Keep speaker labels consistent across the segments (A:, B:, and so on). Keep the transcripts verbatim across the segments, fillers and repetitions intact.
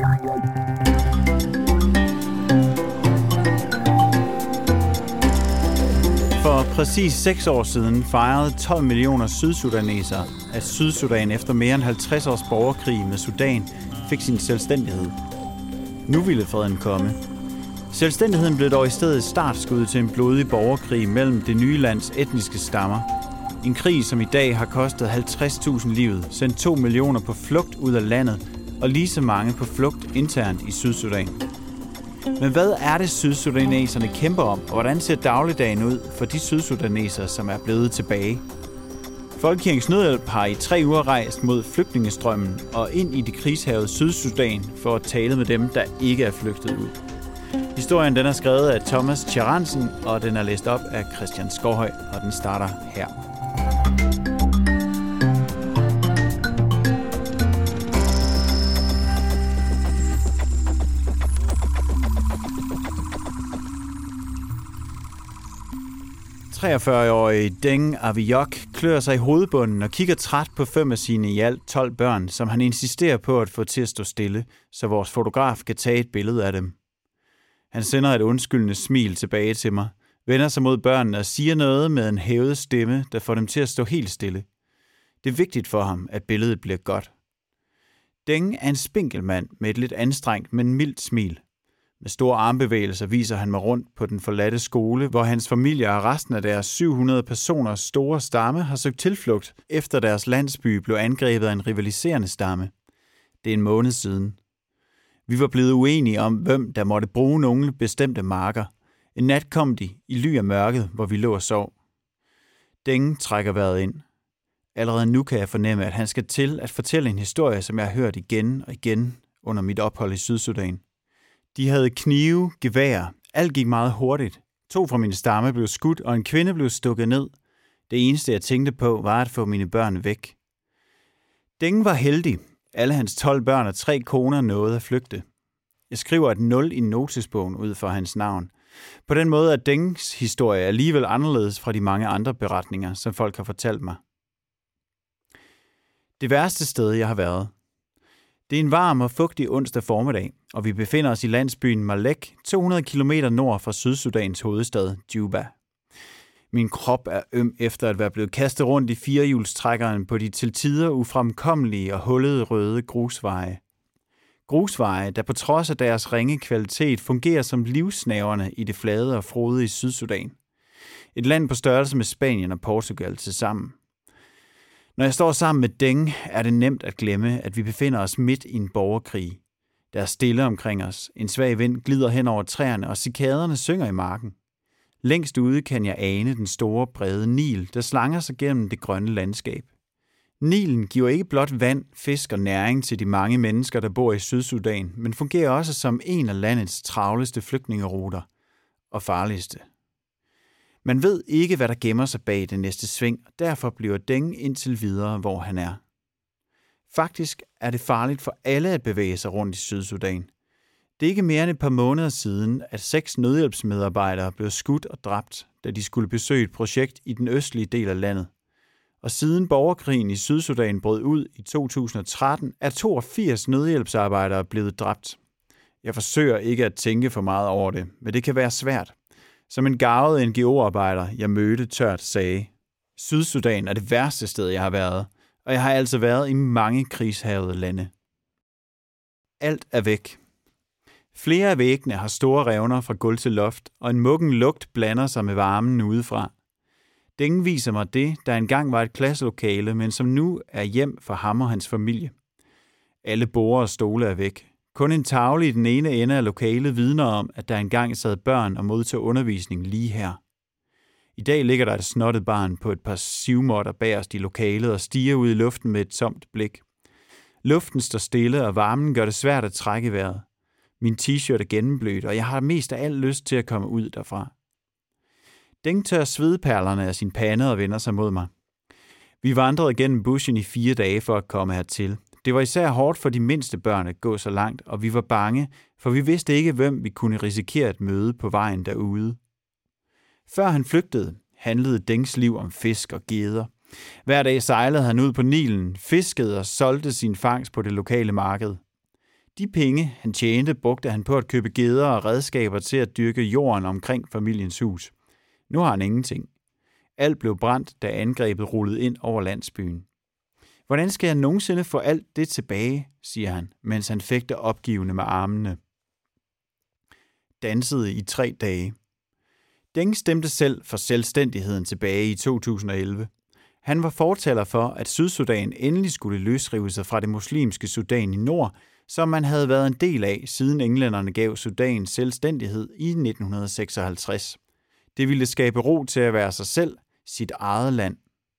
A: For præcis seks år siden fejrede tolv millioner sydsudanesere, at Sydsudan efter mere end halvtreds års borgerkrig med Sudan fik sin selvstændighed. Nu ville freden komme. Selvstændigheden blev dog i stedet startskud til en blodig borgerkrig mellem det nye lands etniske stammer. En krig, som i dag har kostet halvtreds tusind livet, sendt to millioner på flugt ud af landet og lige så mange på flugt internt i Sydsudan. Men hvad er det, sydsudaneserne kæmper om, og hvordan ser dagligdagen ud for de sydsudanesere, som er blevet tilbage? Folkekirkens Nødhjælp har i tre uger rejst mod flygtningestrømmen og ind i det krigshavede Sydsudan for at tale med dem, der ikke er flygtet ud. Historien den er skrevet af Thomas Tjeransen, og den er læst op af Christian Skovhøj, og den starter her. treogfyrre-årige Deng Aviyok klør sig i hovedbunden og kigger træt på fem af sine i alt tolv børn, som han insisterer på at få til at stå stille, så vores fotograf kan tage et billede af dem. Han sender et undskyldende smil tilbage til mig, vender sig mod børnene og siger noget med en hævet stemme, der får dem til at stå helt stille. Det er vigtigt for ham, at billedet bliver godt. Deng er en spinkel mand med et lidt anstrengt, men mildt smil. Med store armbevægelser viser han mig rundt på den forladte skole, hvor hans familie og resten af deres syv hundrede personers store stamme har søgt tilflugt, efter deres landsby blev angrebet af en rivaliserende stamme. Det er en måned siden. Vi var blevet uenige om, hvem der måtte bruge nogle bestemte marker. En nat kom de i ly af mørket, hvor vi lå og sov. Deng trækker vejret ind. Allerede nu kan jeg fornemme, at han skal til at fortælle en historie, som jeg har hørt igen og igen under mit ophold i Sydsudan. De havde knive, gevær. Alt gik meget hurtigt. To fra min stamme blev skudt, og en kvinde blev stukket ned. Det eneste, jeg tænkte på, var at få mine børn væk. Deng var heldig. Alle hans tolv børn og tre koner nåede at flygte. Jeg skriver et nul i notesbogen ud for hans navn. På den måde er Dengs historie alligevel anderledes fra de mange andre beretninger, som folk har fortalt mig. Det værste sted, jeg har været. Det er en varm og fugtig onsdag formiddag, og vi befinder os i landsbyen Malek, to hundrede kilometer nord fra Sydsudans hovedstad, Juba. Min krop er øm efter at være blevet kastet rundt i firehjulstrækkeren på de til tider ufremkommelige og hullede røde grusveje. Grusveje, der på trods af deres ringe kvalitet fungerer som livsnerverne i det flade og frodige Sydsudan. Et land på størrelse med Spanien og Portugal til sammen. Når jeg står sammen med Deng, er det nemt at glemme, at vi befinder os midt i en borgerkrig. Der er stille omkring os, en svag vind glider hen over træerne, og cikaderne synger i marken. Længst ude kan jeg ane den store, brede Nil, der slanger sig gennem det grønne landskab. Nilen giver ikke blot vand, fisk og næring til de mange mennesker, der bor i Sydsudan, men fungerer også som en af landets travleste flygtningeruter og farligste. Man ved ikke, hvad der gemmer sig bag det næste sving, og derfor bliver Deng indtil videre, hvor han er. Faktisk er det farligt for alle at bevæge sig rundt i Sydsudan. Det er ikke mere end et par måneder siden, at seks nødhjælpsmedarbejdere blev skudt og dræbt, da de skulle besøge et projekt i den østlige del af landet. Og siden borgerkrigen i Sydsudan brød ud i to tusind og tretten, er toogfirs nødhjælpsarbejdere blevet dræbt. Jeg forsøger ikke at tænke for meget over det, men det kan være svært. Som en garvet N G O-arbejder, jeg mødte tørt, sagde, Sydsudan er det værste sted, jeg har været, og jeg har altså været i mange krigshavede lande. Alt er væk. Flere af væggene har store revner fra gulv til loft, og en muggen lugt blander sig med varmen udefra. Deng viser mig det, der engang var et klasselokale, men som nu er hjem for ham og hans familie. Alle borde og stole er væk. Kun en tavle i den ene ende af lokalet vidner om, at der engang sad børn og modtog undervisning lige her. I dag ligger der et snottet barn på et par sivmåtter bagerst i lokalet og stiger ud i luften med et tomt blik. Luften står stille, og varmen gør det svært at trække vejret. Min t-shirt er gennemblødt, og jeg har mest af alt lyst til at komme ud derfra. Deng tør svedperlerne af sin pande og vender sig mod mig. Vi vandrede gennem bushen i fire dage for at komme hertil. Det var især hårdt for de mindste børn at gå så langt, og vi var bange, for vi vidste ikke, hvem vi kunne risikere at møde på vejen derude. Før han flygtede, handlede Dengs liv om fisk og geder. Hver dag sejlede han ud på Nilen, fiskede og solgte sin fangst på det lokale marked. De penge, han tjente, brugte han på at købe geder og redskaber til at dyrke jorden omkring familiens hus. Nu har han ingenting. Alt blev brændt, da angrebet rullede ind over landsbyen. Hvordan skal jeg nogensinde få alt det tilbage, siger han, mens han fægter opgivende med armene. Dansede i tre dage. Deng stemte selv for selvstændigheden tilbage i to tusind og elleve. Han var fortaler for, at Sydsudan endelig skulle løsrive sig fra det muslimske Sudan i nord, som man havde været en del af, siden englænderne gav Sudan selvstændighed i nitten seksoghalvtreds. Det ville skabe ro til at være sig selv, sit eget land.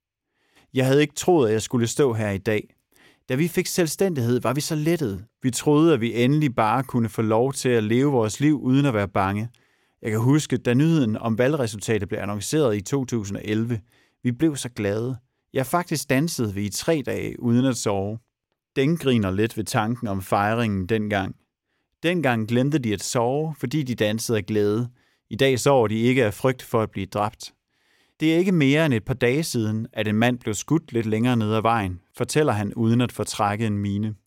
A: Jeg havde ikke troet, at jeg skulle stå her i dag. Da vi fik selvstændighed, var vi så lettede. Vi troede, at vi endelig bare kunne få lov til at leve vores liv uden at være bange. Jeg kan huske, da nyheden om valgresultatet blev annonceret i to tusind og elleve. Vi blev så glade. Ja, faktisk dansede vi i tre dage uden at sove. Den griner lidt ved tanken om fejringen dengang. Dengang glemte de at sove, fordi de dansede af glæde. I dag sover de ikke af frygt for at blive dræbt. Det er ikke mere end et par dage siden, at en mand blev skudt lidt længere ned ad vejen, fortæller han uden at fortrække en mine.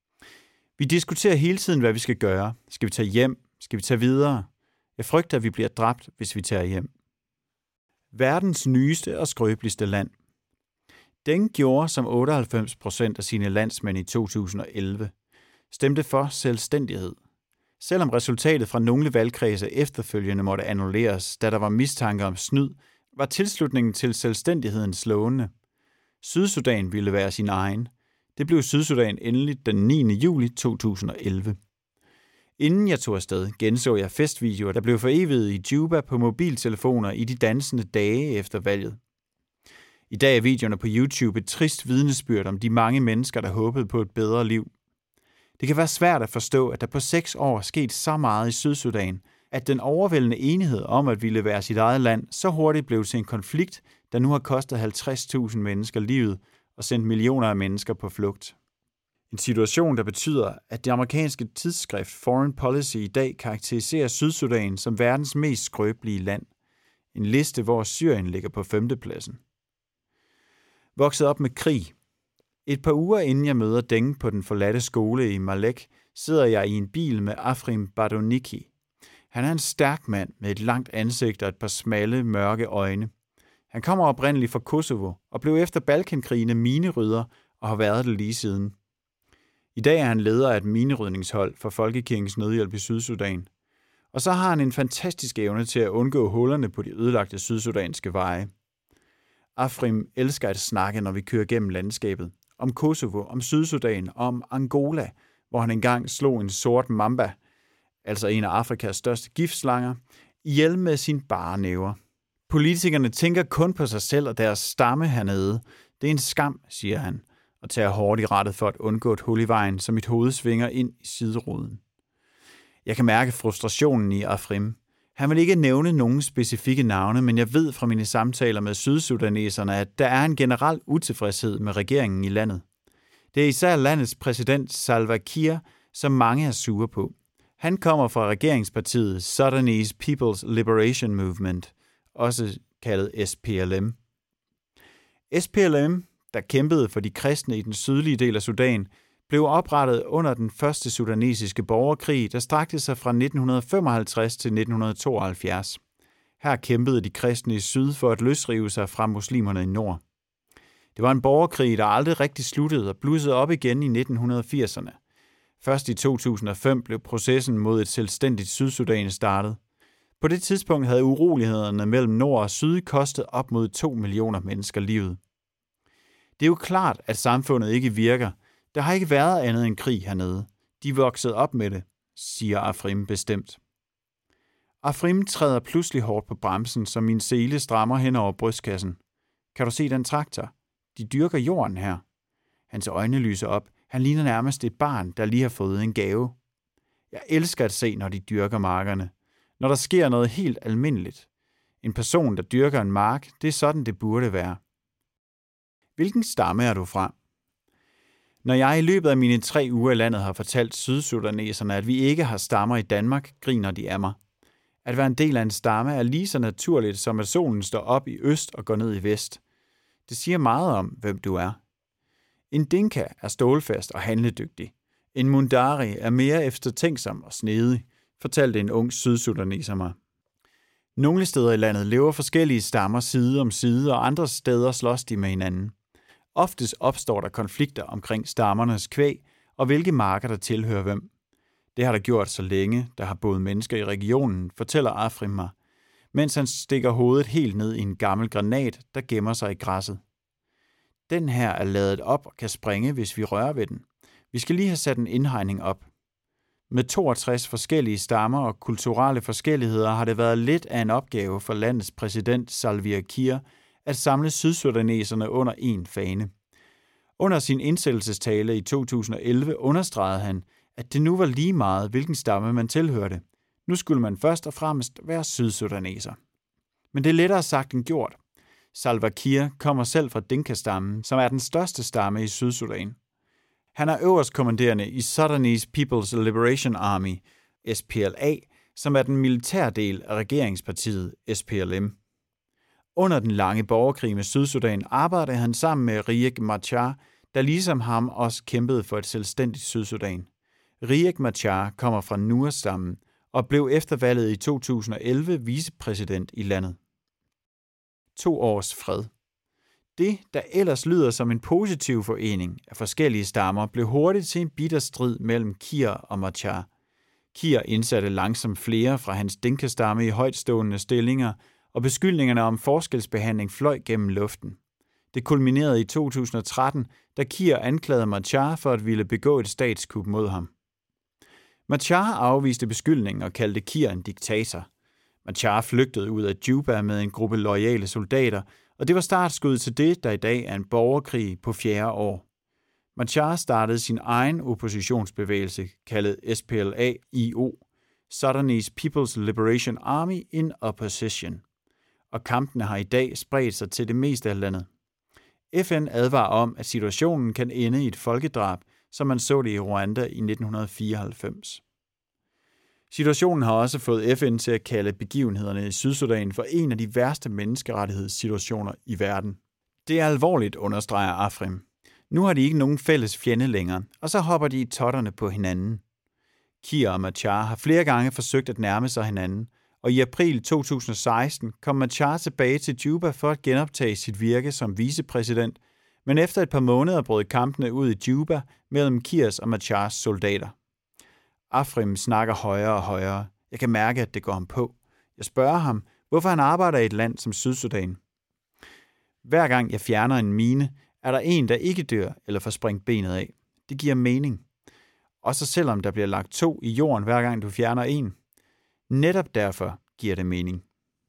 A: Vi diskuterer hele tiden, hvad vi skal gøre. Skal vi tage hjem? Skal vi tage videre? Jeg frygter, at vi bliver dræbt, hvis vi tager hjem. Verdens nyeste og skrøbeligste land. Deng gjorde som otteoghalvfems procent af sine landsmænd i to tusind og elleve. Stemte for selvstændighed. Selvom resultatet fra nogle valgkredse efterfølgende måtte annulleres, da der var mistanke om snyd, var tilslutningen til selvstændigheden slående. Sydsudan ville være sin egen. Det blev Sydsudan endelig den niende juli to tusind og elleve. Inden jeg tog afsted, genså jeg festvideoer, der blev foreviget i Juba på mobiltelefoner i de dansende dage efter valget. I dag er videoerne på YouTube et trist vidnesbyrd om de mange mennesker, der håbede på et bedre liv. Det kan være svært at forstå, at der på seks år er sket så meget i Sydsudan, at den overvældende enighed om at ville være sit eget land så hurtigt blev til en konflikt, der nu har kostet halvtreds tusind mennesker livet og sendt millioner af mennesker på flugt. En situation, der betyder, at det amerikanske tidsskrift Foreign Policy i dag karakteriserer Sydsudan som verdens mest skrøbelige land. En liste, hvor Syrien ligger på femtepladsen. Vokset op med krig. Et par uger inden jeg møder Deng på den forladte skole i Malek, sidder jeg i en bil med Afrim Badoniki. Han er en stærk mand med et langt ansigt og et par smalle, mørke øjne. Han kommer oprindeligt fra Kosovo og blev efter Balkankrigene minerydder og har været det lige siden. I dag er han leder af et minerydningshold for Folkekirkens Nødhjælp i Sydsudan. Og så har han en fantastisk evne til at undgå hullerne på de ødelagte sydsudanske veje. Afrim elsker at snakke, når vi kører gennem landskabet. Om Kosovo, om Sydsudan og om Angola, hvor han engang slog en sort mamba, altså en af Afrikas største giftslanger, ihjel med sin bare næver. Politikerne tænker kun på sig selv og deres stamme hernede. Det er en skam, siger han, og tager hårdt i rettet for at undgå et hul i vejen, så mit hoved svinger ind i sideruden. Jeg kan mærke frustrationen i Afrim. Han vil ikke nævne nogen specifikke navne, men jeg ved fra mine samtaler med sydsudaneserne, at der er en generel utilfredshed med regeringen i landet. Det er især landets præsident Salva Kiir, som mange er sure på. Han kommer fra regeringspartiet Sudanese People's Liberation Movement, også kaldet S P L M. S P L M, der kæmpede for de kristne i den sydlige del af Sudan, blev oprettet under den første sudanesiske borgerkrig, der strakte sig fra nitten femoghalvtreds til nitten tooghalvfjerds. Her kæmpede de kristne i syd for at løsrive sig fra muslimerne i nord. Det var en borgerkrig, der aldrig rigtig sluttede og blussede op igen i nitten firserne. Først i to tusind og fem blev processen mod et selvstændigt Sydsudan startet. På det tidspunkt havde urolighederne mellem nord og syd kostet op mod to millioner mennesker livet. Det er jo klart, at samfundet ikke virker. Der har ikke været andet end krig hernede. De voksede op med det, siger Afrim bestemt. Afrim træder pludselig hårdt på bremsen, så min sele strammer hen over brystkassen. Kan du se den traktor? De dyrker jorden her. Hans øjne lyser op. Han ligner nærmest et barn, der lige har fået en gave. Jeg elsker at se, når de dyrker markerne. Når der sker noget helt almindeligt. En person, der dyrker en mark, det er sådan, det burde være. Hvilken stamme er du fra? Når jeg i løbet af mine tre uger i landet har fortalt sydsudaneserne, at vi ikke har stammer i Danmark, griner de af mig. At være en del af en stamme er lige så naturligt, som at solen står op i øst og går ned i vest. Det siger meget om, hvem du er. En dinka er stålfast og handledygtig. En Mundari er mere eftertænksom og snedig, fortalte en ung sydsudaneser mig. Nogle steder i landet lever forskellige stammer side om side, og andre steder slås de med hinanden. Oftest opstår der konflikter omkring stammernes kvæg og hvilke marker, der tilhører hvem. Det har der gjort så længe, der har boet mennesker i regionen, fortæller Afrim mig, mens han stikker hovedet helt ned i en gammel granat, der gemmer sig i græsset. Den her er ladet op og kan springe, hvis vi rører ved den. Vi skal lige have sat en indhegning op. Med toogtres forskellige stammer og kulturelle forskelligheder har det været lidt af en opgave for landets præsident Salva Kiir at samle sydsudaneserne under én fane. Under sin indsættelsestale i to tusind og elleve understregede han, at det nu var lige meget, hvilken stamme man tilhørte. Nu skulle man først og fremmest være sydsudaneser. Men det er lettere sagt end gjort. Salva Kiir kommer selv fra Dinka-stammen, som er den største stamme i Sydsudan. Han er øverstkommanderende i Sudanese People's Liberation Army, S P L A, som er den militære del af regeringspartiet S P L M. Under den lange borgerkrig med Sydsudan arbejdede han sammen med Riek Machar, der ligesom ham også kæmpede for et selvstændigt Sydsudan. Riek Machar kommer fra Nuer-stammen og blev efter valget i to tusind og elleve vicepræsident i landet. To års fred. Det, der ellers lyder som en positiv forening af forskellige stammer, blev hurtigt til en bitter strid mellem Kiir og Machar. Kiir indsatte langsomt flere fra hans Dinka-stamme i højtstående stillinger, og beskyldningerne om forskelsbehandling fløj gennem luften. Det kulminerede i to tusind og tretten, da Kiir anklagede Machar for at ville begå et statskup mod ham. Machar afviste beskyldningen og kaldte Kiir en diktator. Machar flygtede ud af Juba med en gruppe loyale soldater, og det var startskuddet til det, der i dag er en borgerkrig på fjerde år. Machar startede sin egen oppositionsbevægelse, kaldet S P L A I O, Sudanese People's Liberation Army in Opposition, og kampene har i dag spredt sig til det meste af landet. F N advarer om, at situationen kan ende i et folkedrab, som man så det i Rwanda i nitten fireoghalvfems. Situationen har også fået F N til at kalde begivenhederne i Sydsudan for en af de værste menneskerettighedssituationer i verden. Det er alvorligt, understreger Afrim. Nu har de ikke nogen fælles fjende længere, og så hopper de i totterne på hinanden. Kiir og Machar har flere gange forsøgt at nærme sig hinanden, og i april to tusind og seksten kom Machar tilbage til Juba for at genoptage sit virke som vicepræsident, men efter et par måneder brød kampene ud i Juba mellem Kiirs og Machars soldater. Afrim snakker højere og højere. Jeg kan mærke, at det går ham på. Jeg spørger ham, hvorfor han arbejder i et land som Sydsudan. Hver gang jeg fjerner en mine, er der en, der ikke dør eller får sprængt benet af. Det giver mening. Også selvom der bliver lagt to i jorden, hver gang du fjerner en. Netop derfor giver det mening.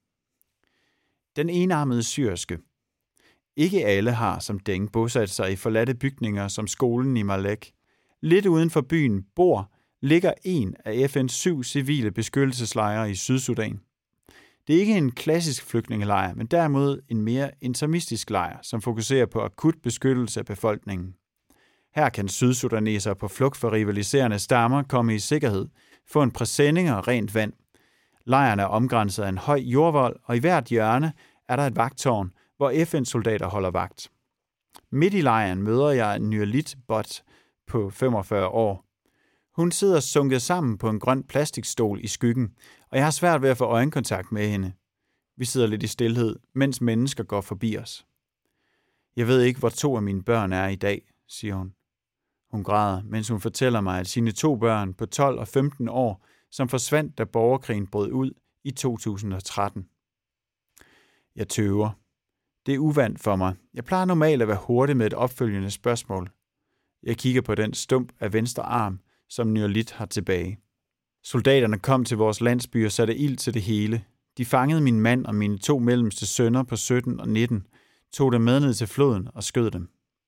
A: Den enarmede syriske. Ikke alle har som Deng bosat sig i forladte bygninger som skolen i Malek. Lidt uden for byen Bor ligger en af F N's syv civile beskyttelseslejre i Sydsudan. Det er ikke en klassisk flygtningelejr, men derimod en mere intermistisk lejr, som fokuserer på akut beskyttelse af befolkningen. Her kan sydsudanesere på flugt for rivaliserende stammer komme i sikkerhed, få en præsending og rent vand. Lejren er omgrænset af en høj jordvold, og i hvert hjørne er der et vagttårn, hvor F N-soldater holder vagt. Midt i lejren møder jeg en Nyalit Bot på femogfyrre år. Hun sidder sunket sammen på en grøn plastikstol i skyggen, og jeg har svært ved at få øjenkontakt med hende. Vi sidder lidt i stilhed, mens mennesker går forbi os. Jeg ved ikke, hvor to af mine børn er i dag, siger hun. Hun græder, mens hun fortæller mig, at sine to børn på tolv og femten år, som forsvandt, da borgerkrigen brød ud i to tusind og tretten. Jeg tøver. Det er uvant for mig. Jeg plejer normalt at være hurtig med et opfølgende spørgsmål. Jeg kigger på den stump af venstre arm, som Nyalit har tilbage. Soldaterne kom til vores landsby og satte ild til det hele. De fangede min mand og mine to mellemste sønner på sytten og nitten, tog dem med ned til floden og skød dem.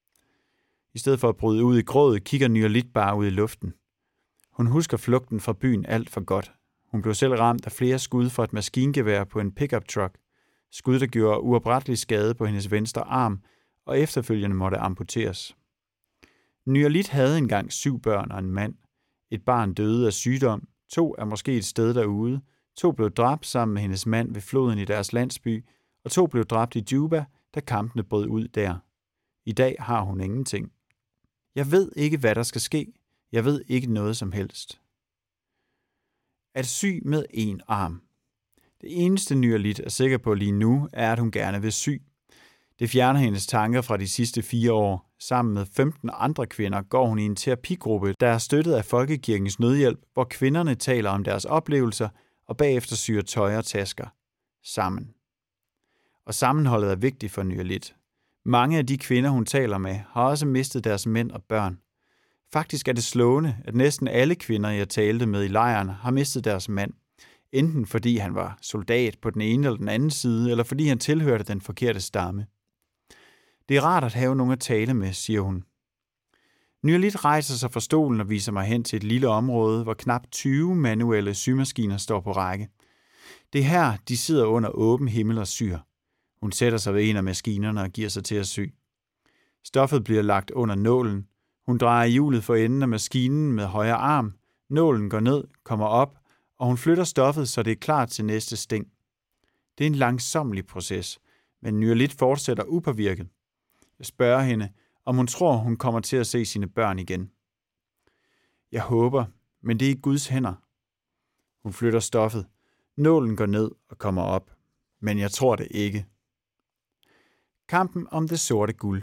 A: I stedet for at bryde ud i grådet, kigger Nyalit bare ud i luften. Hun husker flugten fra byen alt for godt. Hun blev selv ramt af flere skud fra et maskingevær på en pickup truck. Skud, der gjorde uoprettelig skade på hendes venstre arm, og efterfølgende måtte amputeres. Nyalit havde engang syv børn og en mand. Et barn døde af sygdom, to er måske et sted derude, to blev dræbt sammen med hendes mand ved floden i deres landsby, og to blev dræbt i Juba, da kampene brød ud der. I dag har hun ingenting. Jeg ved ikke, hvad der skal ske. Jeg ved ikke noget som helst. At sy med en arm. Det eneste Nyrlit er sikker på lige nu, er, at hun gerne vil sy. Det fjerner hendes tanker fra de sidste fire år. Sammen med femten andre kvinder går hun i en terapigruppe, der er støttet af Folkekirkens Nødhjælp, hvor kvinderne taler om deres oplevelser og bagefter syr tøj og tasker. Sammen. Og sammenholdet er vigtigt for Nyrlit. Mange af de kvinder, hun taler med, har også mistet deres mænd og børn. Faktisk er det slående, at næsten alle kvinder, jeg talte med i lejren, har mistet deres mand. Enten fordi han var soldat på den ene eller den anden side, eller fordi han tilhørte den forkerte stamme. Det er rart at have nogen at tale med, siger hun. Nyrlit rejser sig fra stolen og viser mig hen til et lille område, hvor knap tyve manuelle symaskiner står på række. Det er her, de sidder under åben himmel og syr. Hun sætter sig ved en af maskinerne og giver sig til at sy. Stoffet bliver lagt under nålen. Hun drejer hjulet for enden af maskinen med højre arm. Nålen går ned, kommer op, og hun flytter stoffet, så det er klar til næste sting. Det er en langsomlig proces, men Nyrlit fortsætter upåvirket. Jeg spørger hende, om hun tror, hun kommer til at se sine børn igen. Jeg håber, men det er i Guds hænder. Hun flytter stoffet. Nålen går ned og kommer op, men jeg tror det ikke. Kampen om det sorte guld.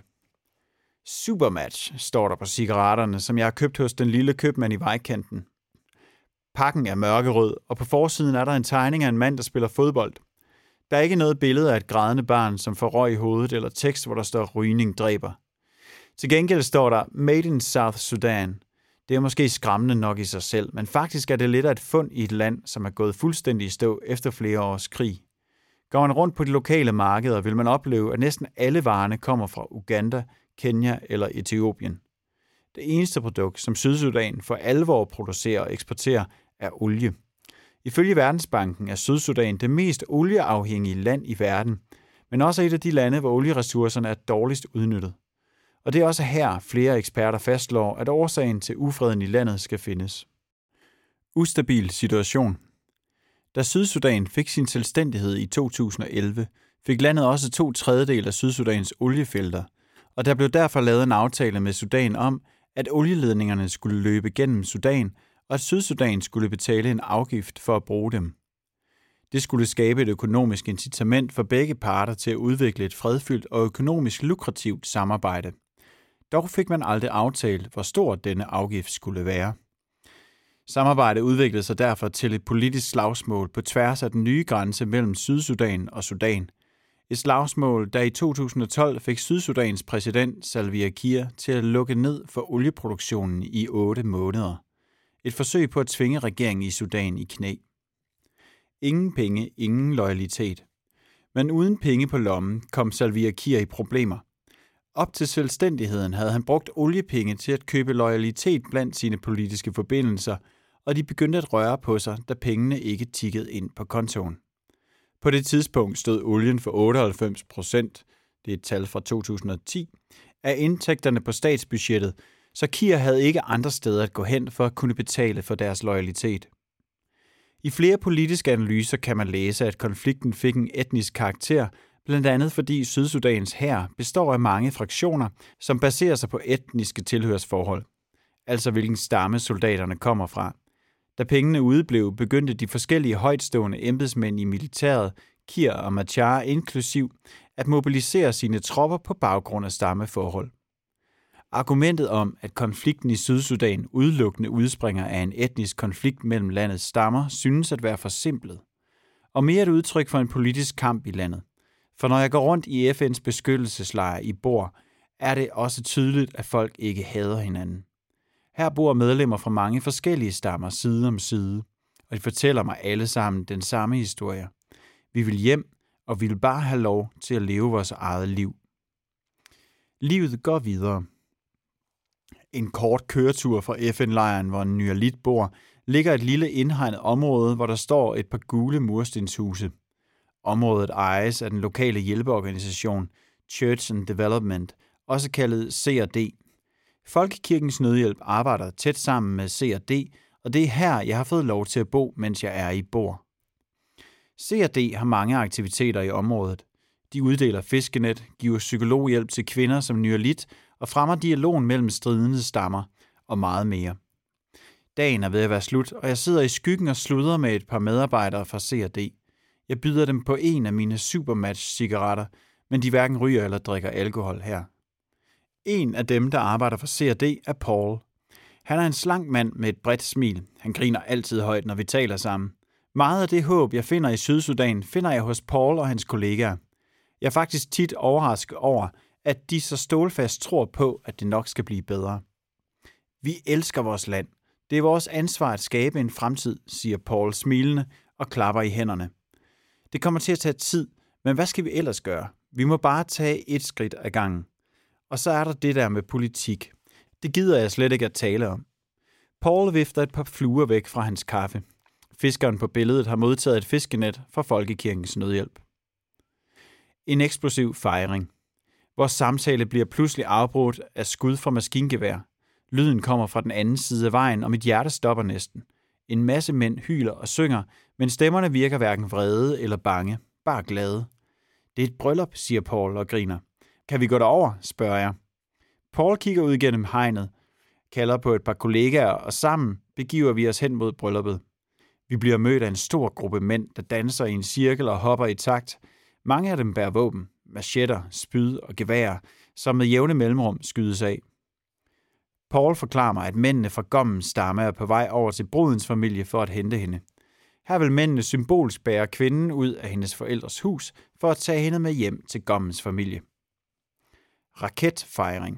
A: Supermatch står der på cigaretterne, som jeg har købt hos den lille købmand i vejkanten. Pakken er mørkerød, og på forsiden er der en tegning af en mand, der spiller fodbold. Der er ikke noget billede af et grædende barn, som får røg i hovedet, eller tekst, hvor der står rygning dræber. Til gengæld står der Made in South Sudan. Det er måske skræmmende nok i sig selv, men faktisk er det lidt af et fund i et land, som er gået fuldstændig i stå efter flere års krig. Går man rundt på de lokale markeder, vil man opleve, at næsten alle varerne kommer fra Uganda, Kenya eller Etiopien. Det eneste produkt, som Sydsudan for alvor producerer og eksporterer, er olie. Ifølge Verdensbanken er Sydsudan det mest olieafhængige land i verden, men også et af de lande, hvor olieressourcerne er dårligst udnyttet. Og det er også her, flere eksperter fastslår, at årsagen til ufreden i landet skal findes. Ustabil situation. Da Sydsudan fik sin selvstændighed i to tusind og elleve, fik landet også to tredjedel af Sydsudans oliefelter, og der blev derfor lavet en aftale med Sudan om, at olieledningerne skulle løbe gennem Sudan, og at Sydsudan skulle betale en afgift for at bruge dem. Det skulle skabe et økonomisk incitament for begge parter til at udvikle et fredfyldt og økonomisk lukrativt samarbejde. Dog fik man aldrig aftalt, hvor stor denne afgift skulle være. Samarbejdet udviklede sig derfor til et politisk slagsmål på tværs af den nye grænse mellem Sydsudan og Sudan. Et slagsmål, der i to tusind og tolv fik Sydsudans præsident Salva Kiir til at lukke ned for olieproduktionen i otte måneder. Et forsøg på at tvinge regeringen i Sudan i knæ. Ingen penge, ingen loyalitet. Men uden penge på lommen kom Salva Kiir i problemer. Op til selvstændigheden havde han brugt oliepenge til at købe loyalitet blandt sine politiske forbindelser, og de begyndte at røre på sig, da pengene ikke tikkede ind på kontoen. På det tidspunkt stod olien for otteoghalvfems procent, det er et tal fra to tusind og ti, af indtægterne på statsbudgettet, så Kiir havde ikke andre steder at gå hen for at kunne betale for deres loyalitet. I flere politiske analyser kan man læse, at konflikten fik en etnisk karakter, blandt andet fordi Sydsudans hær består af mange fraktioner, som baserer sig på etniske tilhørsforhold, altså hvilken stamme soldaterne kommer fra. Da pengene udeblev, begyndte de forskellige højtstående embedsmænd i militæret, Kiir og Machar inklusiv, at mobilisere sine tropper på baggrund af stammeforhold. Argumentet om, at konflikten i Sydsudan udelukkende udspringer af en etnisk konflikt mellem landets stammer, synes at være forsimplet, og mere et udtryk for en politisk kamp i landet. For når jeg går rundt i F N's beskyttelseslejr i Bor, er det også tydeligt, at folk ikke hader hinanden. Her bor medlemmer fra mange forskellige stammer side om side, og de fortæller mig alle sammen den samme historie. Vi vil hjem, og vi vil bare have lov til at leve vores eget liv. Livet går videre. En kort køretur fra F N-lejren, hvor en Nyrlit bor, ligger et lille indhegnet område, hvor der står et par gule murstenshuse. Området ejes af den lokale hjælpeorganisation Church and Development, også kaldet C og D. Folkekirkens Nødhjælp arbejder tæt sammen med C og D, og det er her, jeg har fået lov til at bo, mens jeg er i Bor. C og D har mange aktiviteter i området. De uddeler fiskenet, giver psykologhjælp til kvinder som Nyrlit og fremmer dialogen mellem stridende stammer og meget mere. Dagen er ved at være slut, og jeg sidder i skyggen og sludrer med et par medarbejdere fra C og D. Jeg byder dem på en af mine Supermatch-cigaretter, men de hverken ryger eller drikker alkohol her. En af dem, der arbejder for C og D, er Paul. Han er en slank mand med et bredt smil. Han griner altid højt, når vi taler sammen. Meget af det håb, jeg finder i Sydsudan, finder jeg hos Paul og hans kollegaer. Jeg er faktisk tit overrasket over, at de så stålfast tror på, at det nok skal blive bedre. Vi elsker vores land. Det er vores ansvar at skabe en fremtid, siger Paul smilende og klapper i hænderne. Det kommer til at tage tid, men hvad skal vi ellers gøre? Vi må bare tage et skridt ad gangen. Og så er der det der med politik. Det gider jeg slet ikke at tale om. Paul vifter et par fluer væk fra hans kaffe. Fiskeren på billedet har modtaget et fiskenet fra Folkekirkens Nødhjælp. En eksplosiv fejring. Vores samtale bliver pludselig afbrudt af skud fra maskingevær. Lyden kommer fra den anden side af vejen, og mit hjerte stopper næsten. En masse mænd hyler og synger, men stemmerne virker hverken vrede eller bange, bare glade. Det er et bryllup, siger Paul og griner. Kan vi gå derover, spørger jeg. Paul kigger ud gennem hegnet, kalder på et par kollegaer, og sammen begiver vi os hen mod brylluppet. Vi bliver mødt af en stor gruppe mænd, der danser i en cirkel og hopper i takt. Mange af dem bærer våben, machetter, spyd og geværer, som med jævne mellemrum skydes af. Paul forklarer mig, at mændene fra Gommens stamme er på vej over til brudens familie for at hente hende. Her vil mændene symbolsk bære kvinden ud af hendes forældres hus for at tage hende med hjem til Gommens familie. Raketfejring.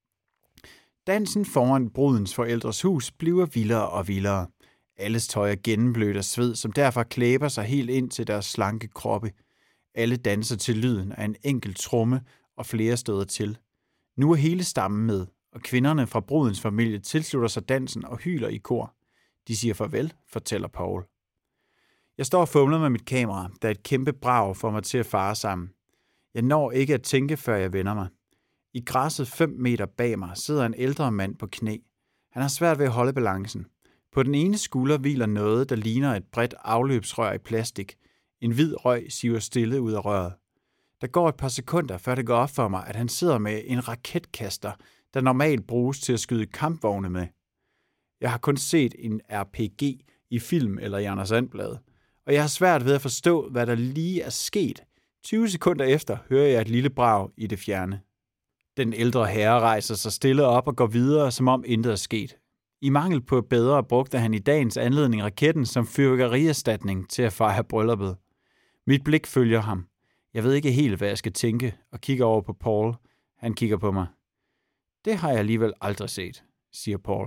A: Dansen foran brudens forældres hus bliver vildere og vildere. Alles tøj er gennemblødt af sved, som derfor klæber sig helt ind til deres slanke kroppe. Alle danser til lyden af en enkelt tromme, og flere støder til. Nu er hele stammen med, og kvinderne fra brudens familie tilslutter sig dansen og hyler i kor. De siger farvel, fortæller Paul. Jeg står og fumler med mit kamera, da et kæmpe brag får mig til at fare sammen. Jeg når ikke at tænke, før jeg vender mig. I græsset fem meter bag mig sidder en ældre mand på knæ. Han har svært ved at holde balancen. På den ene skulder hviler noget, der ligner et bredt afløbsrør i plastik. En hvid røg siver stille ud af røret. Der går et par sekunder, før det går op for mig, at han sidder med en raketkaster, der normalt bruges til at skyde kampvogne med. Jeg har kun set en R P G i film eller i Anders And-bladet, og jeg har svært ved at forstå, hvad der lige er sket. tyve sekunder efter hører jeg et lille brag i det fjerne. Den ældre herre rejser sig stille op og går videre, som om intet er sket. I mangel på bedre brugte han i dagens anledning raketten som fyrværkerierstatning til at fejre brylluppet. Mit blik følger ham. Jeg ved ikke helt, hvad jeg skal tænke, og kigger over på Paul. Han kigger på mig. Det har jeg alligevel aldrig set, siger Paul.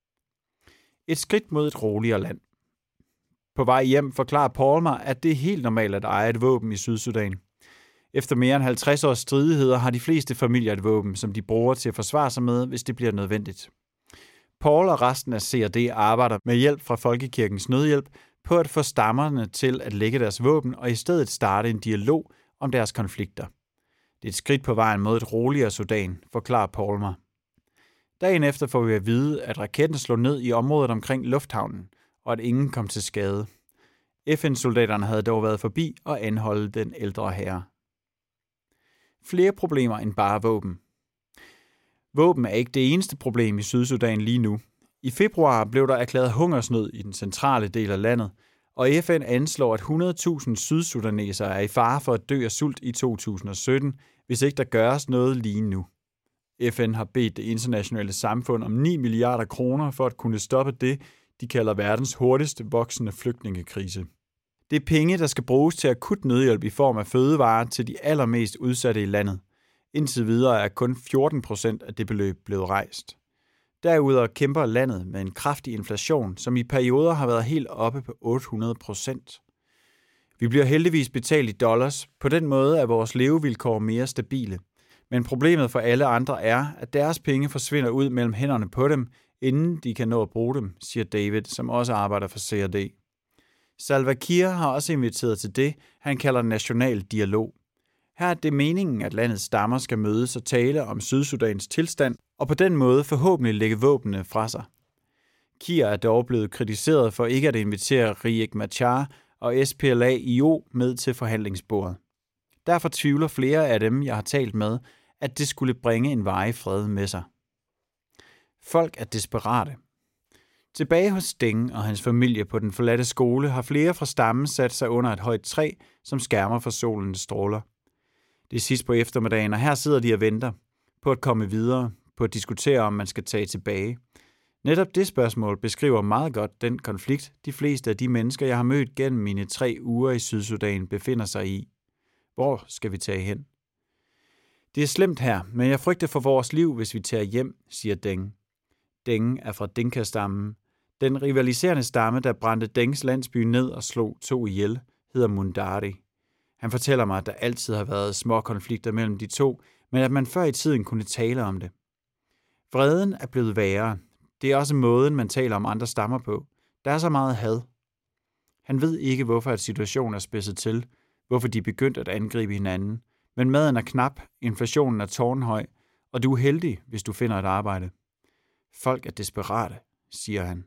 A: Et skridt mod et roligere land. På vej hjem forklarer Paul mig, at det er helt normalt at eje et våben i Sydsudan. Efter mere end halvtreds års stridigheder har de fleste familier et våben, som de bruger til at forsvare sig med, hvis det bliver nødvendigt. Paul og resten af C og D arbejder med hjælp fra Folkekirkens Nødhjælp på at få stammerne til at lægge deres våben og i stedet starte en dialog om deres konflikter. Det er et skridt på vejen mod et roligere Sudan, forklarer Paul mig. Dagen efter får vi at vide, at raketten slår ned i området omkring lufthavnen, og at ingen kom til skade. F N-soldaterne havde dog været forbi og anholdt den ældre herre. Flere problemer end bare våben. Våben er ikke det eneste problem i Sydsudan lige nu. I februar blev der erklæret hungersnød i den centrale del af landet, og F N anslår, at hundrede tusind sydsudanesere er i fare for at dø af sult i to tusind og sytten, hvis ikke der gøres noget lige nu. F N har bedt det internationale samfund om ni milliarder kroner for at kunne stoppe det, de kalder verdens hurtigst voksende flygtningekrise. Det er penge, der skal bruges til akut nødhjælp i form af fødevarer til de allermest udsatte i landet. Indtil videre er kun fjorten procent af det beløb blevet rejst. Derudover kæmper landet med en kraftig inflation, som i perioder har været helt oppe på otte hundrede procent. Vi bliver heldigvis betalt i dollars. På den måde er vores levevilkår mere stabile. Men problemet for alle andre er, at deres penge forsvinder ud mellem hænderne på dem, inden de kan nå at bruge dem, siger David, som også arbejder for C og D. Salva Kiir har også inviteret til det, han kalder national dialog. Her er det meningen, at landets stammer skal mødes og tale om Sydsudans tilstand, og på den måde forhåbentlig lægge våbnene fra sig. Kiir er dog blevet kritiseret for ikke at invitere Riek Machar og S P L A I O med til forhandlingsbordet. Derfor tvivler flere af dem, jeg har talt med, at det skulle bringe en varig fred med sig. Folk er desperate. Tilbage hos Deng og hans familie på den forladte skole har flere fra stammen sat sig under et højt træ, som skærmer for solens stråler. Det er sidst på eftermiddagen, og her sidder de og venter på at komme videre, på at diskutere, om man skal tage tilbage. Netop det spørgsmål beskriver meget godt den konflikt, de fleste af de mennesker, jeg har mødt gennem mine tre uger i Sydsudan, befinder sig i. Hvor skal vi tage hen? Det er slemt her, men jeg frygter for vores liv, hvis vi tager hjem, siger Deng. Deng er fra Dinka-stammen. Den rivaliserende stamme, der brændte Dengs landsby ned og slog to ihjel, hedder Mundari. Han fortæller mig, at der altid har været små konflikter mellem de to, men at man før i tiden kunne tale om det. Vreden er blevet værre. Det er også måden, man taler om andre stammer på. Der er så meget had. Han ved ikke, hvorfor at situationen er spidset til, hvorfor de er begyndt at angribe hinanden. Men maden er knap, inflationen er tårnhøj, og du er heldig, hvis du finder et arbejde. Folk er desperate, siger han.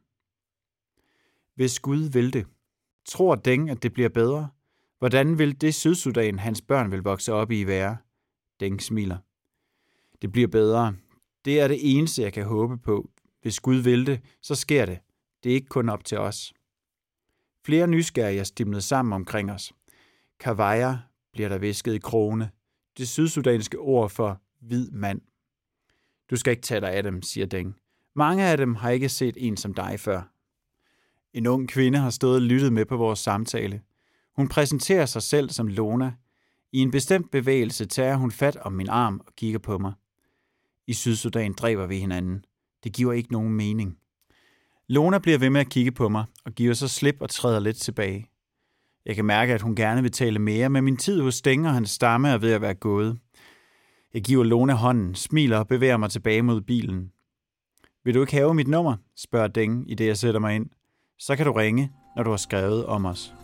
A: Hvis Gud vil det, tror Deng, at det bliver bedre? Hvordan vil det Sydsudan, hans børn vil vokse op i, være? Deng smiler. Det bliver bedre. Det er det eneste, jeg kan håbe på. Hvis Gud vil det, så sker det. Det er ikke kun op til os. Flere nysgerrige er stimlet sammen omkring os. Kawaya bliver der visket i krone. Det sydsudanske ord for hvid mand. Du skal ikke tage dig af dem, siger Deng. Mange af dem har ikke set en som dig før. En ung kvinde har stået og lyttet med på vores samtale. Hun præsenterer sig selv som Lona. I en bestemt bevægelse tager hun fat om min arm og kigger på mig. I Sydsudan dræber vi hinanden. Det giver ikke nogen mening. Lona bliver ved med at kigge på mig og giver så slip og træder lidt tilbage. Jeg kan mærke, at hun gerne vil tale mere, men min tid hos Deng og hans stamme er ved at være gået. Jeg giver Lona hånden, smiler og bevæger mig tilbage mod bilen. Vil du ikke have mit nummer? Spørger Deng, i det jeg sætter mig ind. Så kan du ringe, når du har skrevet om os.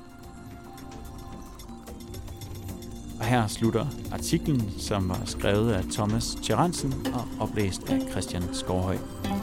A: Og her slutter artiklen, som var skrevet af Thomas Tjeransen og oplæst af Christian Skovhøj.